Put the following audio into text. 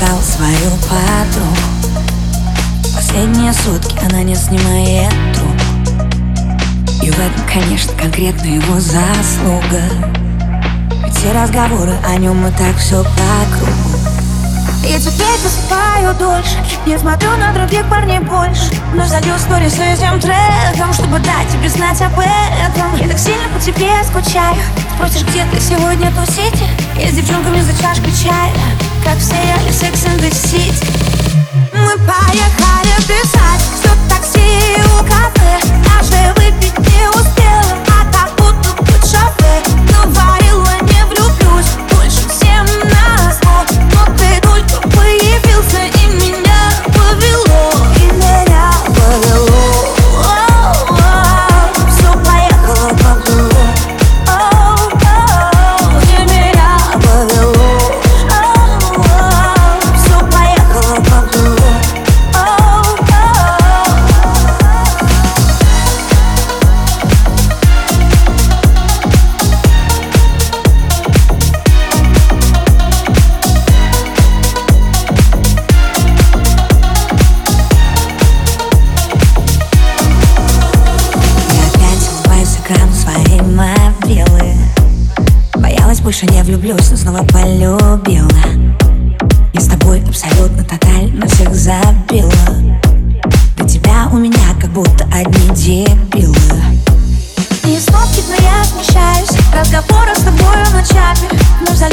искал свою подругу. Последние сутки она не снимает трубку. И в этом, конечно, конкретно его заслуга. Ведь все разговоры о нем и так все по кругу. Я теперь засыпаю дольше, не смотрю на других парней больше, но залью сторис с этим треком, чтобы дать тебе знать об этом. Я так сильно по тебе скучаю. Спросишь, где ты сегодня тусите? Я с девчонками за чашкой чая, как в сериале Sex and the City. Мы поехали писать, что такси у кафе, даже выпить не успела, а как будто быть шофе. Говорила, не влюблюсь больше всем на зло, но ты только появился и меня повело. И меня повело. Все поехало по кругу. И меня повело. Все поехало по кругу. Свои мобилы. Боялась, больше не влюблюсь, но снова полюбила. Я с тобой абсолютно тотально всех забила. До тебя у меня как будто одни дебилы. Не смотрит, но я смущаюсь в разговорах с тобою ночами. Но